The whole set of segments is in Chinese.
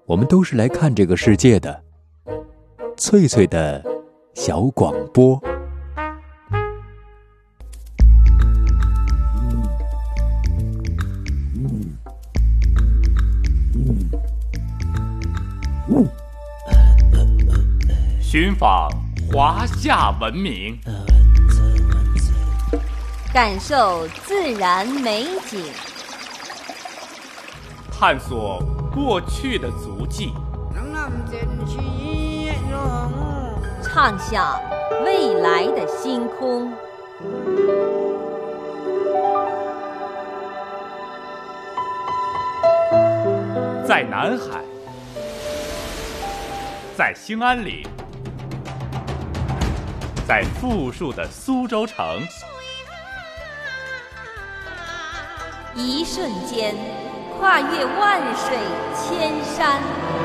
我们都是来看这个世界的。翠翠的小广播。 寻访华夏文明， 感受自然美景， 探索过去的足迹， 畅想未来的星空。 在南海，在兴安岭，在富庶的苏州城， 一瞬间跨越万水千山，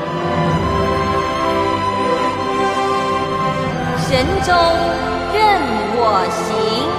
神州任我行。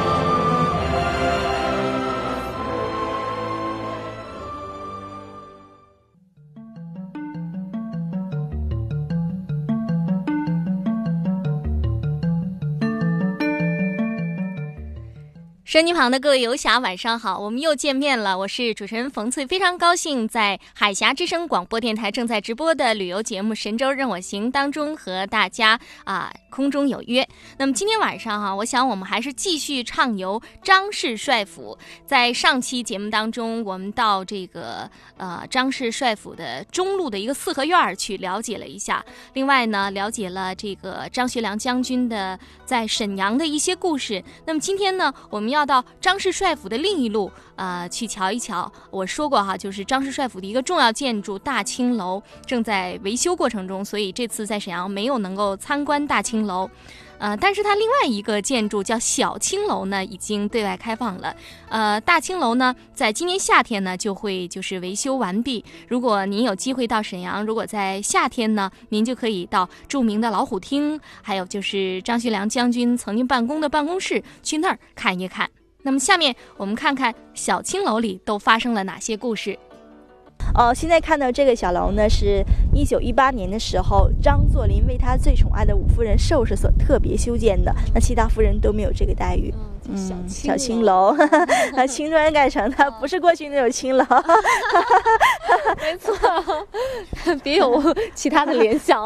收音旁的各位游侠晚上好，我们又见面了，我是主持人冯翠，非常高兴在海峡之声广播电台正在直播的旅游节目神州任我行当中和大家空中有约。那么今天晚上我想我们还是继续畅游张氏帅府。在上期节目当中，我们到这个张氏帅府的中路的一个四合院去了解了一下，另外呢了解了这个张学良将军的在沈阳的一些故事。那么今天呢，我们要到张氏帅府的另一路去瞧一瞧。我说过就是张氏帅府的一个重要建筑大青楼正在维修过程中，所以这次在沈阳没有能够参观大青楼。但是它另外一个建筑叫小青楼呢，已经对外开放了。大青楼呢，在今年夏天呢就会就是维修完毕。如果您有机会到沈阳，如果在夏天呢，您就可以到著名的老虎厅，还有就是张学良将军曾经办公的办公室去那儿看一看。那么下面我们看看小青楼里都发生了哪些故事。 现在看到这个小楼呢，是1918年的时候，张作霖为他最宠爱的五夫人寿氏所特别修建的。那其他夫人都没有这个待遇。小青楼，青砖盖成的，不是过去那种青楼。 没错，别有其他的联想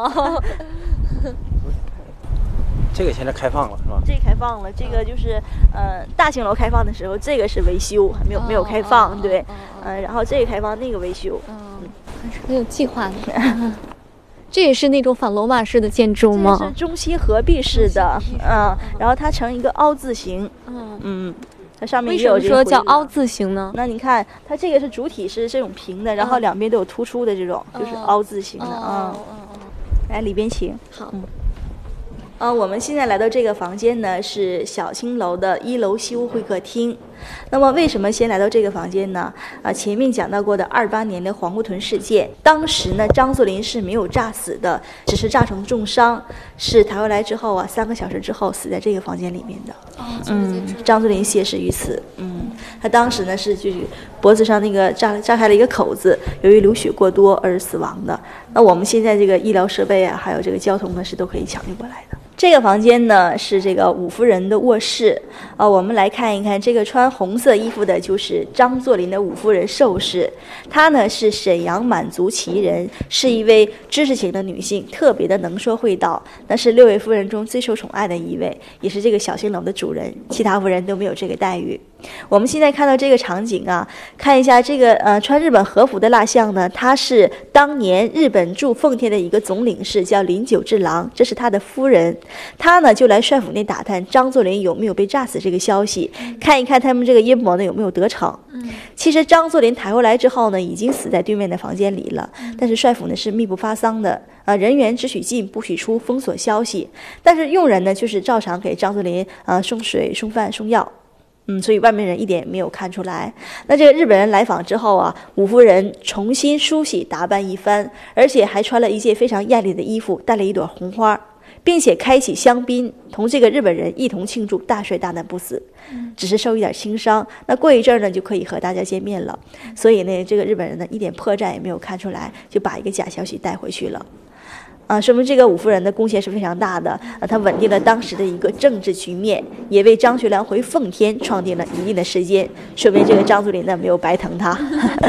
这个现在开放了是吧？ 这个开放了，这个就是大青楼开放的时候，这个是维修，还没有开放，对，然后这个开放，那个维修， 还是很有计划的。这也是那种仿罗马式的建筑吗？ 这是中西合璧式的，然后它成一个凹字形，它上面也有这个。 为什么说叫凹字形呢？ 那你看，它这个是主体是这种平的，然后两边都有突出的这种，就是凹字形的来里边请。 好。 我们现在来到这个房间呢，是小青楼的1楼西屋会客厅。那么为什么先来到这个房间呢？前面讲到过的28年的黄姑屯事件，当时呢张作霖是没有炸死的，只是炸成重伤，是抬回来之后3个小时之后死在这个房间里面的。张作霖谢世于此。他当时呢是就是脖子上那个炸开了一个口子，由于流血过多而死亡的。那我们现在这个医疗设备还有这个交通呢是都可以抢救过来的。这个房间呢是这个五夫人的卧室。我们来看一看，这个穿红色衣服的就是张作霖的五夫人寿氏。她呢是沈阳满族旗人，是一位知识型的女性，特别的能说会道，那是6位夫人中最受宠爱的一位，也是这个小青楼的主人，其他夫人都没有这个待遇。我们现在看到这个场景看一下这个穿日本和服的蜡像呢，他是当年日本驻奉天的一个总领事，叫林久治郎，这是他的夫人。他呢就来帅府内打探张作霖有没有被炸死这个消息，看一看他们这个阴谋呢有没有得逞。其实张作霖抬回来之后呢，已经死在对面的房间里了，但是帅府呢是密不发丧的，人员只许进不许出，封锁消息。但是佣人呢就是照常给张作霖送水送饭送药。所以外面人一点也没有看出来。那这个日本人来访之后五夫人重新梳洗打扮一番，而且还穿了一件非常艳丽的衣服，戴了一朵红花， 并且开启香槟，同这个日本人一同庆祝大帅大难不死，只是受一点轻伤。那过一阵呢，就可以和大家见面了。所以呢，这个日本人呢，一点破绽也没有看出来，就把一个假消息带回去了。说明这个武夫人的贡献是非常大的。他稳定了当时的一个政治局面，也为张学良回奉天创定了一定的时间，说明这个张作霖呢没有白疼他。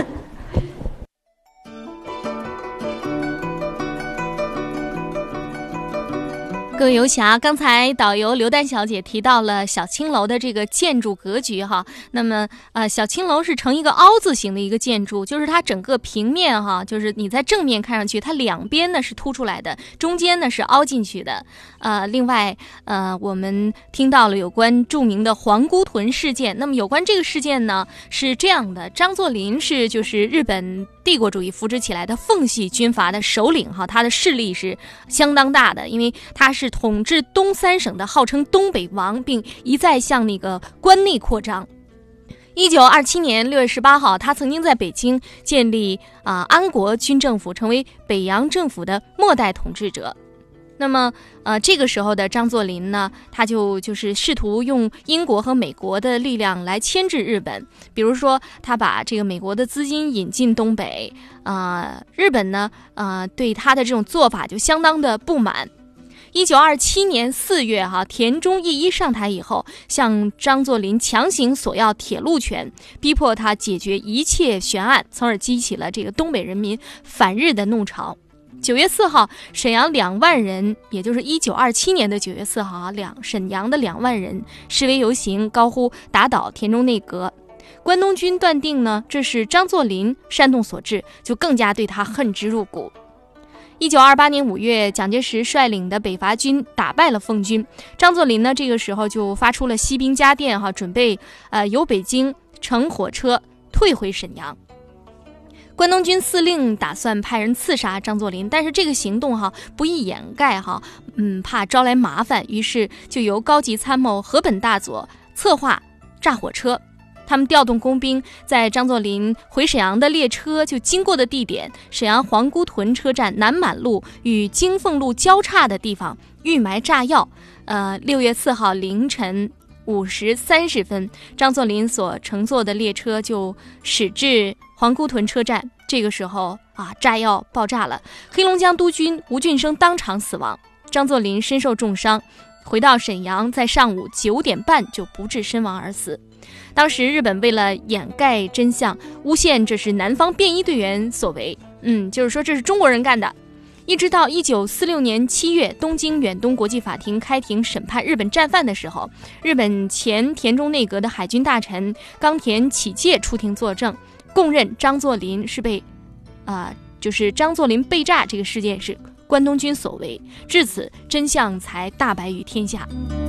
各位游侠，刚才导游刘丹小姐提到了小青楼的这个建筑格局哈。那么小青楼是呈一个凹字形的一个建筑，就是它整个平面哈，就是你在正面看上去，它两边呢是凸出来的，中间呢是凹进去的。另外我们听到了有关著名的皇姑屯事件。那么有关这个事件呢是这样的，张作霖是就是日本帝国主义扶植起来的奉系军阀的首领哈，他的势力是相当大的，因为他是统治东三省的号称东北王，并一再向那个关内扩张。1927年6月18号，他曾经在北京建立安国军政府，成为北洋政府的末代统治者。那么这个时候的张作霖呢，他就是试图用英国和美国的力量来牵制日本，比如说他把这个美国的资金引进东北，日本呢对他的这种做法就相当的不满。1927年4月田中义一上台以后，向张作霖强行索要铁路权，逼迫他解决一切悬案，从而激起了这个东北人民反日的怒潮。9月4号，沈阳2万人，也就是1927年的9月4号沈阳的2万人示威游行，高呼打倒田中内阁。关东军断定呢，这是张作霖煽动所致，就更加对他恨之入骨。1928年5月，蒋介石率领的北伐军打败了奉军，张作霖呢这个时候就发出了西兵家电准备由北京乘火车退回沈阳。关东军司令打算派人刺杀张作霖，但是这个行动不易掩盖怕招来麻烦，于是就由高级参谋河本大佐策划炸火车。他们调动工兵，在张作霖回沈阳的列车就经过的地点沈阳皇姑屯车站南满路与京凤路交叉的地方预埋炸药。6月4号凌晨5时30分，张作霖所乘坐的列车就驶至皇姑屯车站。这个时候炸药爆炸了，黑龙江督军吴俊升当场死亡，张作霖身受重伤，回到沈阳，在上午9点半就不治身亡而死。当时日本为了掩盖真相，诬陷这是南方便衣队员所为，就是说这是中国人干的。一直到1946年7月，东京远东国际法庭开庭审判日本战犯的时候，日本前田中内阁的海军大臣冈田启介出庭作证，供认张作霖是就是张作霖被炸这个事件是关东军所为，至此真相才大白于天下。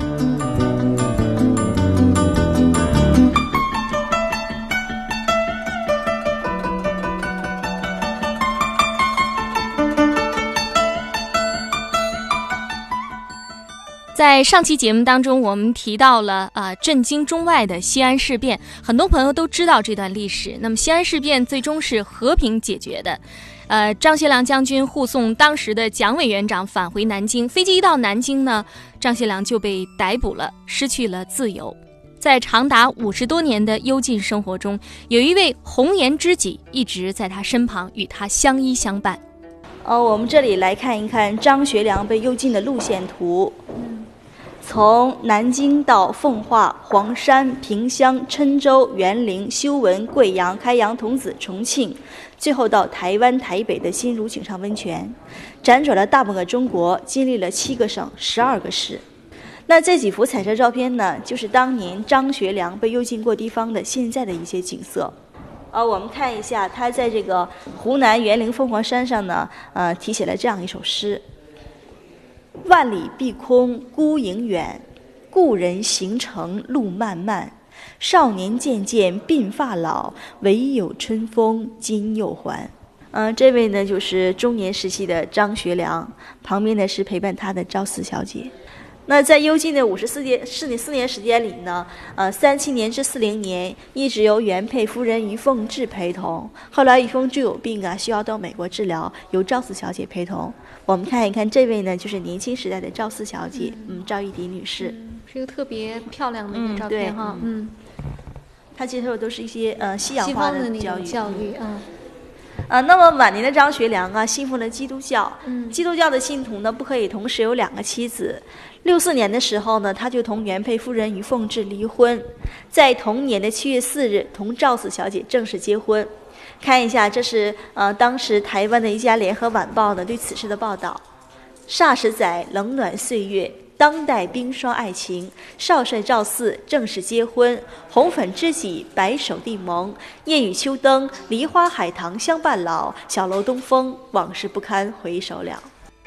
在上期节目当中，我们提到了震惊中外的西安事变，很多朋友都知道这段历史。那么西安事变最终是和平解决的，张学良将军护送当时的蒋委员长返回南京，飞机一到南京呢，张学良就被逮捕了，失去了自由。在长达50多年的幽禁生活中，有一位红颜知己一直在他身旁，与他相依相伴。 我们这里来看一看张学良被幽禁的路线图。从南京到奉化、黄山、萍乡、郴州、沅陵、修文、贵阳、开阳、桐梓、重庆，最后到台湾台北的新竹井上温泉，辗转了大半个中国，经历了7个省、12个市。那这几幅彩色照片呢，就是当年张学良被幽禁过地方的现在的一些景色。我们看一下，他在这个湖南沅陵凤凰山上呢，题写了这样一首诗：万里碧空孤影远，故人行程路漫漫。少年渐渐鬓发老，唯有春风今又还。这位呢就是中年时期的张学良，旁边呢是陪伴他的赵四小姐。 那在幽禁的54年时间里呢，37年至40年一直由原配夫人于凤至陪同。后来于凤至有病需要到美国治疗，由赵四小姐陪同。我们看一看这位呢，就是年轻时代的赵四小姐，赵玉迪女士， 是一个特别漂亮的一个照片哈， 她接受的都是一些西洋化的教育那么晚年的张学良信奉了基督教，基督教的信徒呢不可以同时有2个妻子。64年的时候呢，他就同原配夫人于凤至离婚，在同年的7月4日同赵四小姐正式结婚。看一下，这是当时台湾的一家联合晚报呢对此事的报道。霎时载冷暖岁月，当代冰霜爱情，少帅赵四正式结婚，红粉知己，白首定盟，夜雨秋灯，梨花海棠相伴老，小楼东风，往事不堪回首了。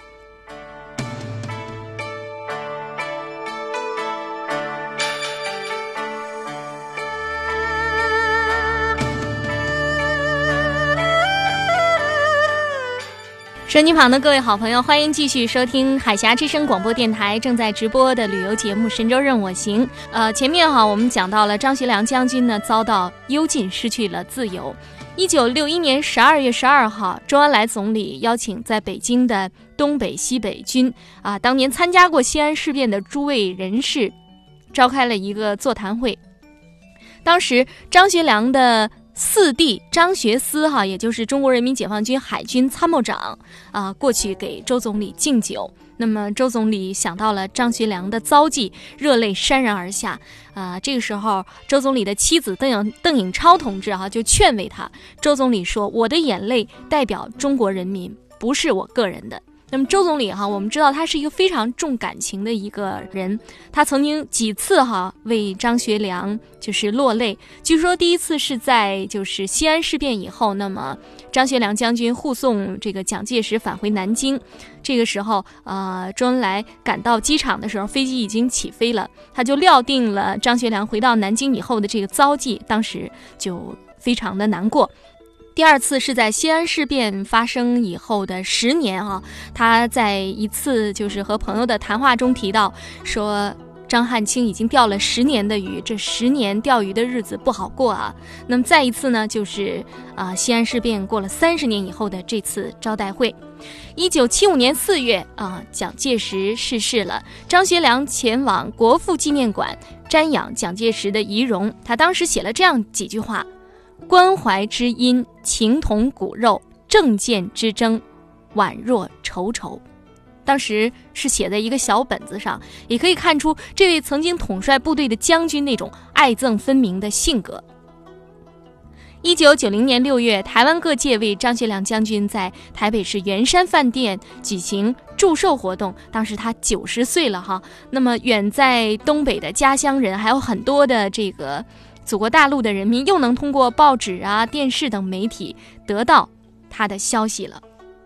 手机旁的各位好朋友，欢迎继续收听海峡之声广播电台正在直播的旅游节目《神州任我行》。前面我们讲到了张学良将军呢遭到幽禁，失去了自由。1961年12月12号，周恩来总理邀请在北京的东北西北军当年参加过西安事变的诸位人士，召开了一个座谈会。当时张学良的四弟张学思也就是中国人民解放军海军参谋长过去给周总理敬酒。那么周总理想到了张学良的遭际，热泪潸然而下。这个时候周总理的妻子邓颖超同志就劝慰他。周总理说：“我的眼泪代表中国人民，不是我个人的。”那么周总理我们知道他是一个非常重感情的一个人，他曾经几次为张学良就是落泪。据说第一次是在就是西安事变以后，那么张学良将军护送这个蒋介石返回南京，这个时候周恩来赶到机场的时候，飞机已经起飞了，他就料定了张学良回到南京以后的这个遭际，当时就非常的难过。第二次是在西安事变发生以后的10年他在一次就是和朋友的谈话中提到说，张汉卿已经钓了10年的鱼，这10年钓鱼的日子不好过那么再一次呢，就是西安事变过了30年以后的这次招待会。1975年4月蒋介石逝世了，张学良前往国父纪念馆瞻仰蒋介石的遗容，他当时写了这样几句话：关怀之音，情同骨肉，政见之争，宛若稠稠。当时是写在一个小本子上，也可以看出这位曾经统帅部队的将军那种爱憎分明的性格。1990年6月，台湾各界为张学良将军在台北市圆山饭店举行祝寿活动，当时他90岁了那么远在东北的家乡人，还有很多的这个祖国大陆的人民，又能通过报纸电视等媒体得到他的消息了。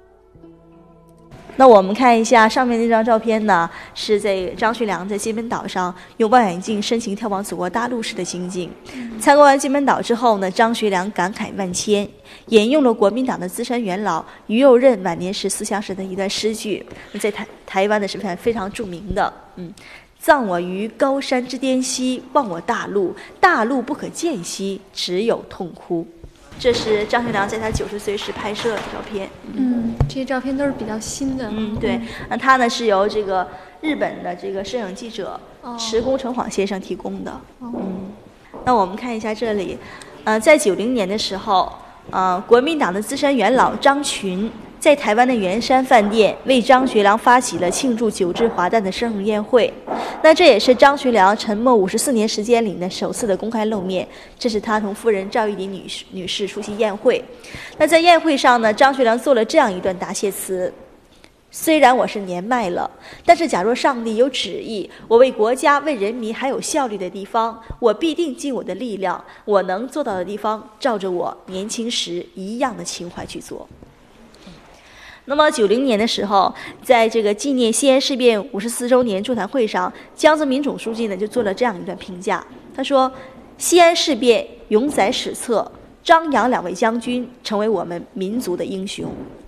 那我们看一下上面那张照片呢，是在张学良在金门岛上用望远镜深情眺望祖国大陆时的情景。参观完金门岛之后呢，张学良感慨万千，引用了国民党的资深元老于右任晚年时思想史的一段诗句，在台湾的是非常著名的。葬我于高山之巅兮，望我大陆，大陆不可见兮，只有痛哭。这是张学良在他90岁时拍摄的照片。 这些照片都是比较新的。 对。那他呢是由这个日本的这个摄影记者池宫诚晃先生提供的。那我们看一下这里，在90年的时候，国民党的资深元老张群在台湾的圆山饭店为张学良发起了庆祝9支华诞的生日宴会。那这也是张学良沉默54年时间里呢首次的公开露面，这是他同夫人赵玉迪女士出席宴会。那在宴会上呢，张学良做了这样一段答谢词：虽然我是年迈了，但是假若上帝有旨意，我为国家为人民还有效率的地方，我必定尽我的力量，我能做到的地方，照着我年轻时一样的情怀去做。那么90年的时候，在这个纪念西安事变54周年座谈会上，江泽民总书记呢就做了这样一段评价。他说：西安事变永载史册，张杨2位将军成为我们民族的英雄。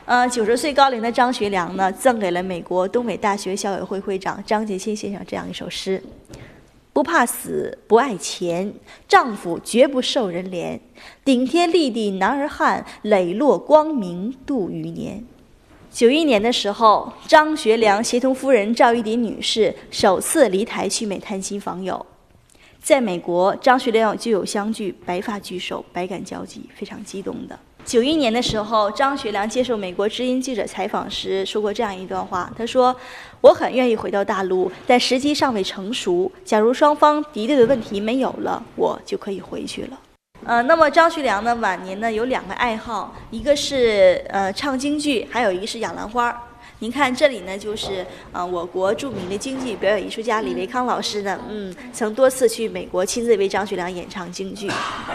90岁高龄的张学良呢，赠给了美国东北大学校委会会长张杰新先生这样一首诗：不怕死，不爱钱，丈夫绝不受人怜。顶天立地男儿汉，磊落光明度余年。91年的时候，张学良协同夫人赵一蝶女士首次离台去美探亲访友。在美国，张学良就有相聚，白发聚首，百感交集，非常激动的。91年的时候，张学良接受美国知音记者采访时说过这样一段话，他说：我很愿意回到大陆，但时机尚未成熟，假如双方敌对的问题没有了，我就可以回去了。那么张学良呢，晚年呢有2个爱好，一个是唱京剧，还有一个是养兰花。您看这里呢，就是我国著名的京剧表演艺术家李维康老师呢，曾多次去美国亲自为张学良演唱京剧。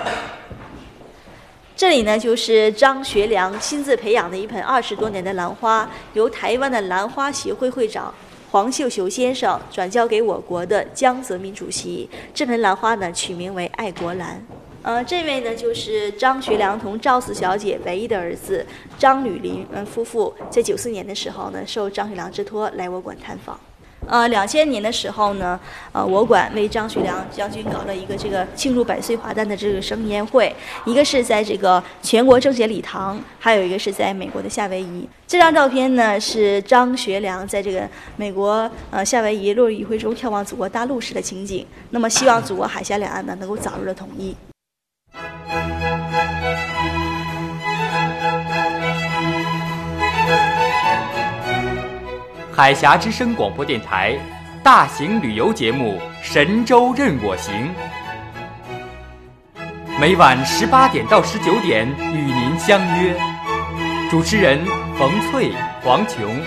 这里呢，就是张学良亲自培养的一盆20多年的兰花，由台湾的兰花协会会长黄秀球先生转交给我国的江泽民主席。这盆兰花呢，取名为爱国兰。这位呢，就是张学良同赵四小姐唯一的儿子张吕林夫妇，在94年的时候呢，受张学良之托来我馆探访。2000年的时候呢，我馆为张学良将军搞了一个这个庆祝100岁华诞的这个生宴会，一个是在这个全国政协礼堂，还有一个是在美国的夏威夷。这张照片呢，是张学良在这个美国夏威夷落日余晖中眺望祖国大陆时的情景。那么，希望祖国海峡两岸呢能够早日的统一。 海峡之声广播电台大型旅游节目《神州任我行》，每晚18点到19点与您相约。主持人冯翠、黄琼。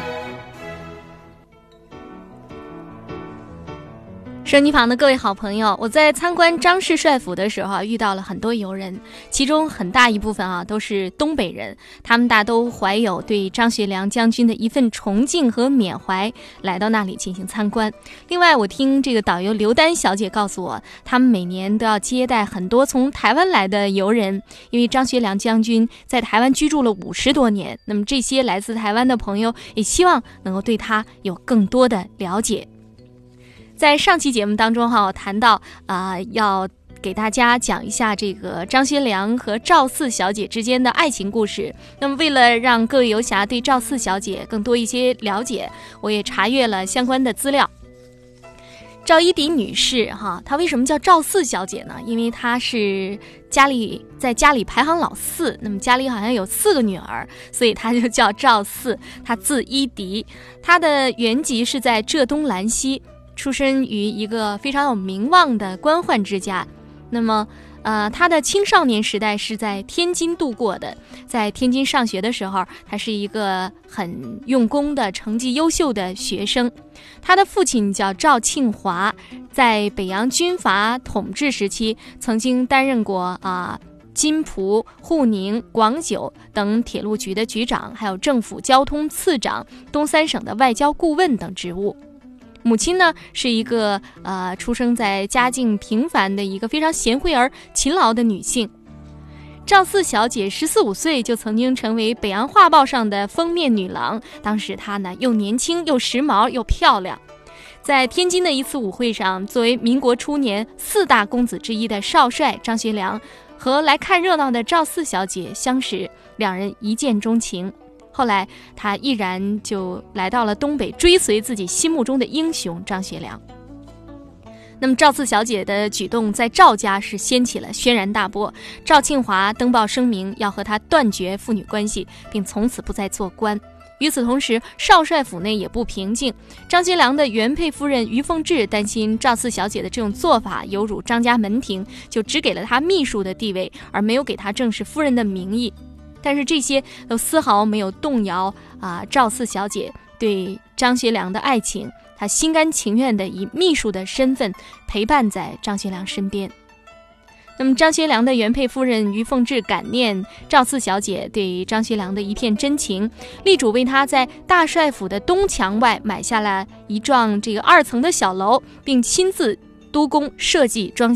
收音旁的各位好朋友，我在参观张氏帅府的时候遇到了很多游人，其中很大一部分都是东北人，他们大都怀有对张学良将军的一份崇敬和缅怀，来到那里进行参观。另外，我听这个导游刘丹小姐告诉我，他们每年都要接待很多从台湾来的游人，因为张学良将军在台湾居住了50多年，那么这些来自台湾的朋友也希望能够对他有更多的了解。在上期节目当中我谈到要给大家讲一下这个张学良和赵四小姐之间的爱情故事。那么为了让各位游侠对赵四小姐更多一些了解，我也查阅了相关的资料。赵一迪女士她为什么叫赵四小姐呢？因为她是在家里排行老4，那么家里好像有4个女儿，所以她就叫赵四。她字一迪，她的原籍是在浙东兰溪，出身于一个非常有名望的官宦之家。那么他的青少年时代是在天津度过的，在天津上学的时候，他是一个很用功的、成绩优秀的学生。他的父亲叫赵庆华，在北洋军阀统治时期曾经担任过金浦、沪宁、广九等铁路局的局长，还有政府交通次长、东三省的外交顾问等职务。母亲呢是一个出生在家境平凡的一个非常贤惠而勤劳的女性。赵四小姐14、15岁就曾经成为北洋画报上的封面女郎，当时她呢又年轻又时髦又漂亮。在天津的一次舞会上，作为民国初年4大公子之一的少帅张学良和来看热闹的赵四小姐相识，两人一见钟情。后来他毅然就来到了东北，追随自己心目中的英雄张学良。那么赵四小姐的举动在赵家是掀起了轩然大波，赵庆华登报声明要和她断绝父女关系，并从此不再做官。与此同时，少帅府内也不平静，张学良的原配夫人于凤至担心赵四小姐的这种做法有辱张家门庭，就只给了她秘书的地位，而没有给她正式夫人的名义。但是这些都丝毫没有动摇赵四小姐对张学良的爱情，她心甘情愿地以秘书的身份陪伴在张学良身边。那么张学良的原配夫人于凤至感念赵四小姐对张学良的一片真情，力主为他在大帅府的东墙外买下了一幢这个2层的小楼，并亲自督工设计装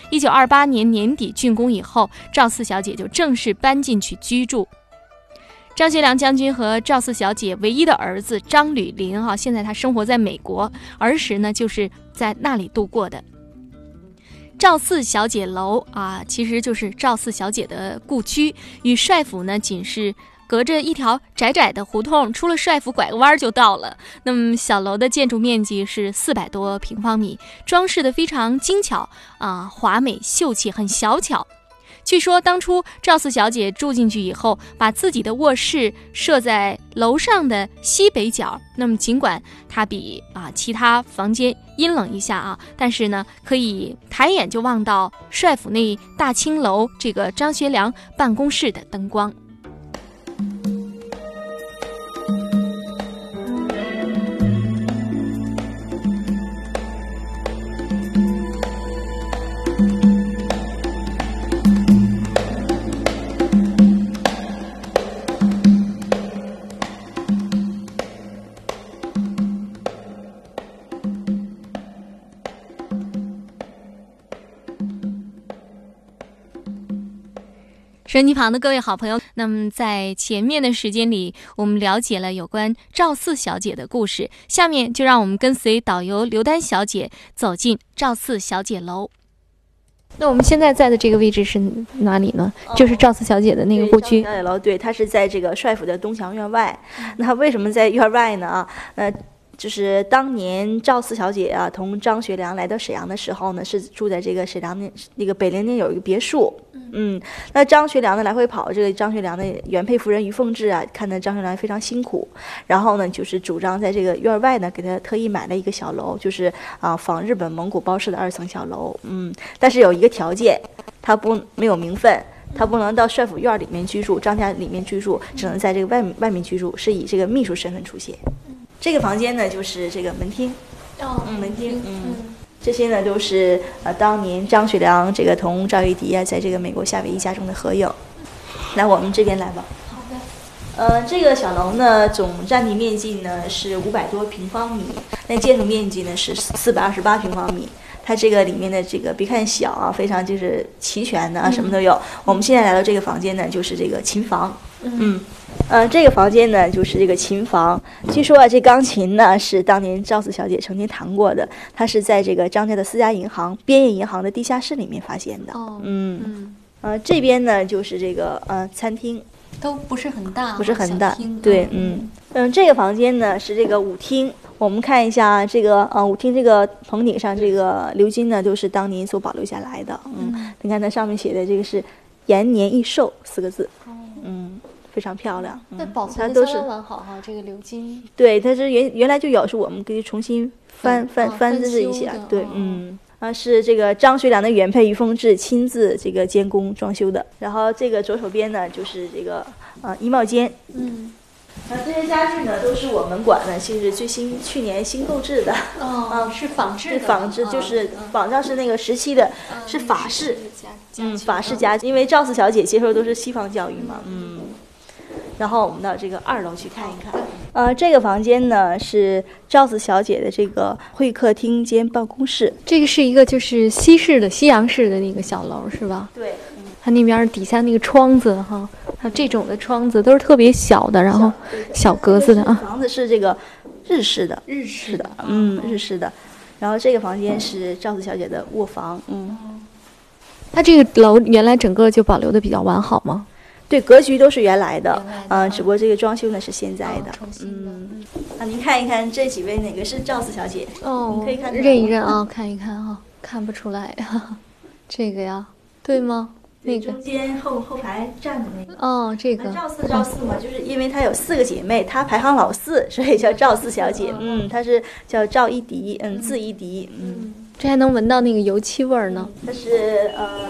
修。1928年年底竣工以后，赵四小姐就正式搬进去居住。 张学良将军和赵四小姐唯一的儿子张吕霖现在他生活在美国，儿时呢就是在那里度过的。赵四小姐楼其实就是赵四小姐的故居，与帅府呢仅是隔着一条窄窄的胡同，出了帅府拐个弯就到了。那么小楼的建筑面积是400多平方米，装饰的非常精巧华美秀气，很小巧。据说当初赵四小姐住进去以后，把自己的卧室设在楼上的西北角。那么尽管它比其他房间阴冷一下但是呢，可以抬眼就望到帅府内大青楼这个张学良办公室的灯光。收音机旁的各位好朋友，那么在前面的时间里，我们了解了有关赵四小姐的故事，下面就让我们跟随导游刘丹小姐走进赵四小姐楼。那我们现在在的这个位置是哪里呢？就是赵四小姐的那个故居。 赵四小姐楼，对，它是在这个帅府的东墙院外。那为什么在院外呢？就是当年赵四小姐同张学良来到沈阳的时候呢，是住在这个沈阳那个北陵那有一个别墅。那张学良呢来回跑，这个张学良的原配夫人于凤至看到张学良非常辛苦，然后呢就是主张在这个院外呢给他特意买了一个小楼，就是仿日本蒙古包式的2层小楼。但是有一个条件，他没有名分。他不能到帅府院里面居住，张家里面居住，只能在这个外面居住，是以这个秘书身份出现。这个房间呢，就是这个门厅。门厅。这些呢都是当年张学良这个同赵玉迪在这个美国夏威夷家中的合影。来，我们这边来吧。 好的。 这个小楼呢，总占地面积呢是500多平方米，那建筑面积呢是428平方米。它这个里面的这个别看小非常就是齐全的什么都有。我们现在来到这个房间呢，就是这个琴房。这个房间呢就是这个琴房。据说这钢琴呢是当年赵四小姐曾经弹过的，它是在这个张家的私家银行边业银行的地下室里面发现的。这边呢就是这个餐厅， 都不是很大， 不是很大，对。这个房间呢是这个舞厅。我们看一下这个舞厅这个棚顶上这个鎏金呢，都是当年所保留下来的。你看它上面写的这个是“延年益寿”4个字。非常漂亮。 那保存的相当完好这个鎏金。 对，它是原来就有，是我们可以重新翻制一下。对，是这个张学良的原配于凤至亲自这个监工装修的。然后这个左手边呢就是这个衣帽间。这些家具呢都是我们馆呢是去年新购置的。 是仿制的。 仿制就是网上是那个时期的，是法式。法式家具，因为赵四小姐接受都是西方教育嘛。然后我们到这个2楼去看一看。这个房间呢是赵四小姐的这个会客厅兼办公室。 这个是一个就是西洋式的那个小楼是吧？ 对。 它那边底下那个窗子还有这种的窗子都是特别小的，然后小格子的房子是这个日式的。日式的。然后这个房间是赵四小姐的卧房。 它这个楼原来整个就保留的比较完好吗？ 对，格局都是原来的，只不过这个装修呢是现在的。您看一看这几位哪个是赵四小姐？你可以看认一认看一看看不出来这个呀，对吗？那个中间后排站的那个。 这个赵四嘛，就是因为她有4个姐妹，她排行老4，所以叫赵四小姐。她是叫赵一迪，字一迪。 这还能闻到那个油漆味儿呢。 它是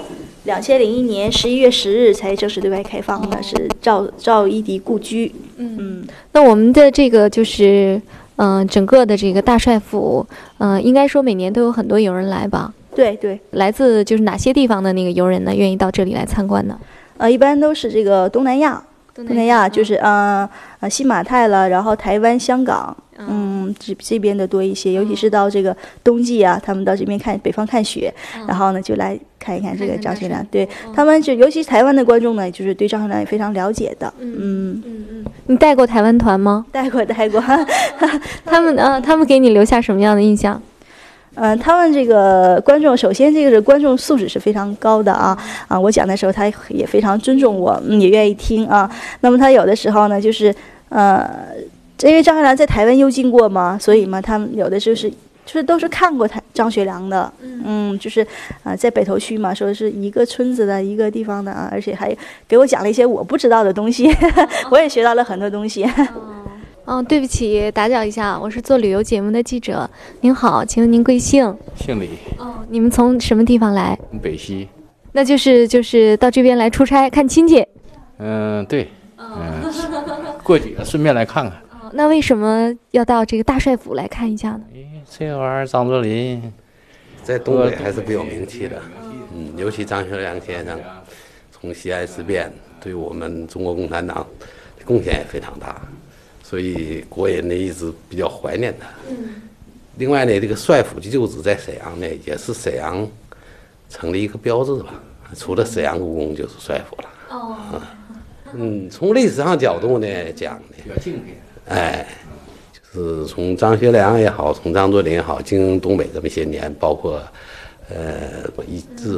2001年11月10日才正式对外开放的，是赵一迪故居。 那我们的这个就是整个的这个大帅府，应该说每年都有很多游人来吧？ 对， 来自就是哪些地方的那个游人呢？愿意到这里来参观呢？ 一般都是这个东南亚就是新马泰了，然后台湾、香港，这边的多一些，尤其是到这个冬季他们到这边北方看雪，然后呢就来看一看这个张学良。对，他们就尤其台湾的观众呢，就是对张学良也非常了解的。 你带过台湾团吗？ 带过。 他们给你留下什么样的印象？ 他们这个观众，首先这个是观众素质是非常高的啊，我讲的时候他也非常尊重我，也愿意听啊。那么他有的时候呢，就是因为张学良在台湾幽禁过嘛，所以嘛，他们有的就是都是看过张学良的，就是在北投区嘛，说是一个村子的一个地方的啊，而且还给我讲了一些我不知道的东西，我也学到了很多东西。 对不起，打搅一下，我是做旅游节目的记者。您好，请问您贵姓？ 姓李。 你们从什么地方来？ 北溪。 那就是到这边来出差看亲戚。 对。过几个顺便来看看。 那为什么要到这个大帅府来看一下呢？ 这玩意儿张作霖在东北还是比较名气的，尤其张学良先生从西安事变对我们中国共产党贡献也非常大，所以国人呢一直比较怀念他。另外呢，这个帅府旧址在沈阳呢，也是沈阳成立一个标志吧。除了沈阳故宫就是帅府了。从历史上角度呢讲呢， 比较敬佩。 就是从张学良也好，从张作霖也好，经营东北这么些年，包括一致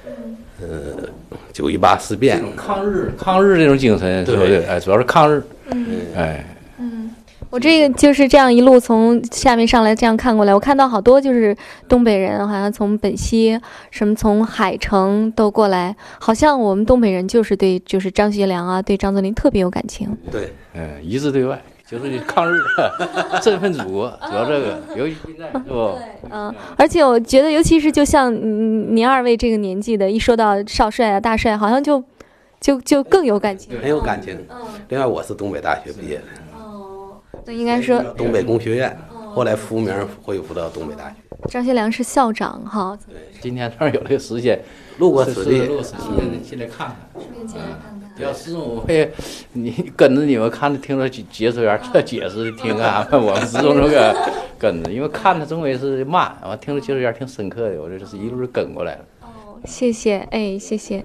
9·18事变， 抗日这种精神，对不对？主要是抗日。 我这个就是这样一路从下面上来这样看过来，我看到好多就是东北人，好像从本溪什么从海城都过来，好像我们东北人就是对就是张学良啊，对张作霖特别有感情。 对， 一致对外。就是抗日，振奋祖国，主要这个，尤其现在是不？ 而且我觉得，尤其是就像您二位这个年纪的，一说到少帅啊、大帅，好像就更有感情， 很有感情。另外，我是东北大学毕业的。 那应该说东北工学院，后来复名恢复到东北大学。 张学良是校长哈。 对，今天正好有这个时间， 路过此地， 进来看看。要是我会，你跟着你们看着听着解说员这解释听啊，我们始终这个跟着，因为看的总归是慢，完听着解说员挺深刻的，我这是一路跟过来了。 谢谢，谢谢。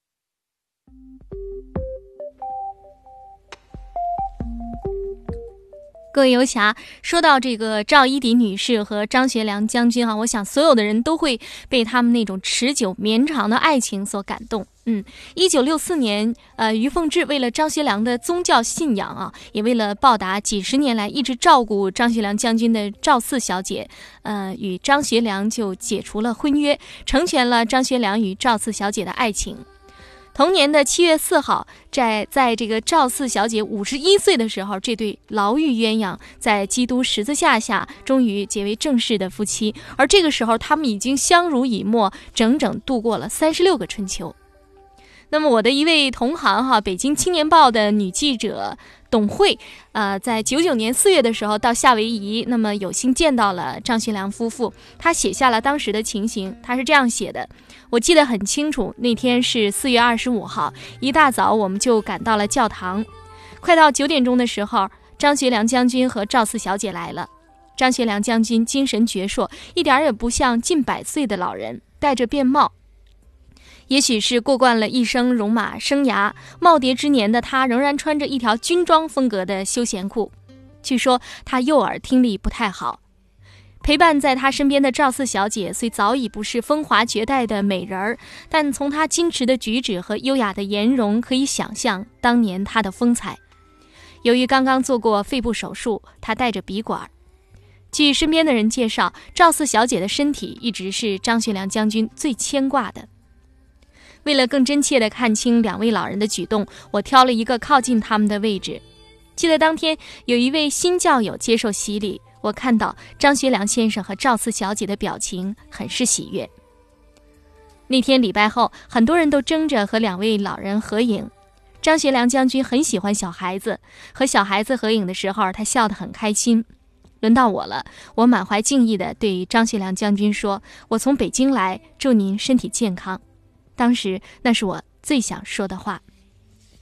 各位游侠，说到这个赵一荻女士和张学良将军我想所有的人都会被他们那种持久绵长的爱情所感动。1964年，于凤至为了张学良的宗教信仰也为了报答几十年来一直照顾张学良将军的赵四小姐，与张学良就解除了婚约，成全了张学良与赵四小姐的爱情。同年的7月4号，在这个赵四小姐51岁的时候，这对牢狱鸳鸯在基督十字架下终于结为正式的夫妻。而这个时候，他们已经相濡以沫，整整度过了36个春秋。那么我的一位同行北京青年报的女记者董慧，在99年4月的时候到夏威夷，那么有幸见到了张学良夫妇。她写下了当时的情形，她是这样写的：我记得很清楚，那天是4月25号，一大早我们就赶到了教堂。快到9点钟的时候，张学良将军和赵四小姐来了。张学良将军精神矍铄，一点也不像近100岁的老人，戴着便帽。也许是过惯了一生戎马生涯，耄耋之年的他仍然穿着一条军装风格的休闲裤。据说他右耳听力不太好。陪伴在他身边的赵四小姐虽早已不是风华绝代的美人儿，但从她矜持的举止和优雅的颜容可以想象当年她的风采。由于刚刚做过肺部手术，她带着鼻管。据身边的人介绍，赵四小姐的身体一直是张学良将军最牵挂的。为了更真切地看清两位老人的举动，我挑了一个靠近他们的位置。记得当天有一位新教友接受洗礼，我看到张学良先生和赵四小姐的表情很是喜悦。那天礼拜后，很多人都争着和两位老人合影。张学良将军很喜欢小孩子，和小孩子合影的时候，他笑得很开心。轮到我了，我满怀敬意地对张学良将军说：“我从北京来，祝您身体健康。”当时那是我最想说的话。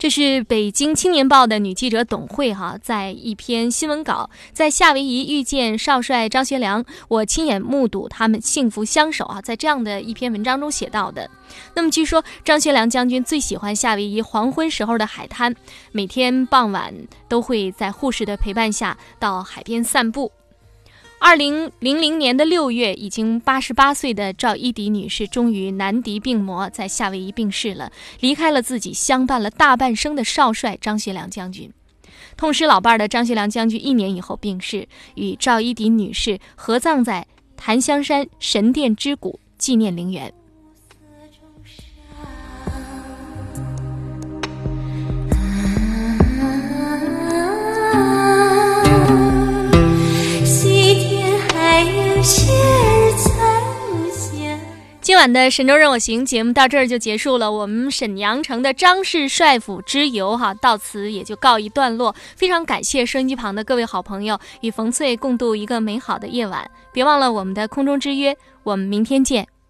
这是北京青年报的女记者董慧在一篇新闻稿，在夏威夷遇见少帅张学良，我亲眼目睹他们幸福相守在这样的一篇文章中写到的。那么据说张学良将军最喜欢夏威夷黄昏时候的海滩，每天傍晚都会在护士的陪伴下到海边散步。2000年的6月，已经88岁的赵一荻女士终于难敌病魔，在夏威夷病逝了，离开了自己相伴了大半生的少帅张学良将军。痛失老伴的张学良将军1年以后病逝，与赵一荻女士合葬在檀香山神殿之谷纪念陵园。今晚的神州任我行节目到这儿就结束了，我们沈阳城的张氏帅府之游到此也就告一段落。非常感谢收音机旁的各位好朋友，与冯翠共度一个美好的夜晚。别忘了我们的空中之约，我们明天见。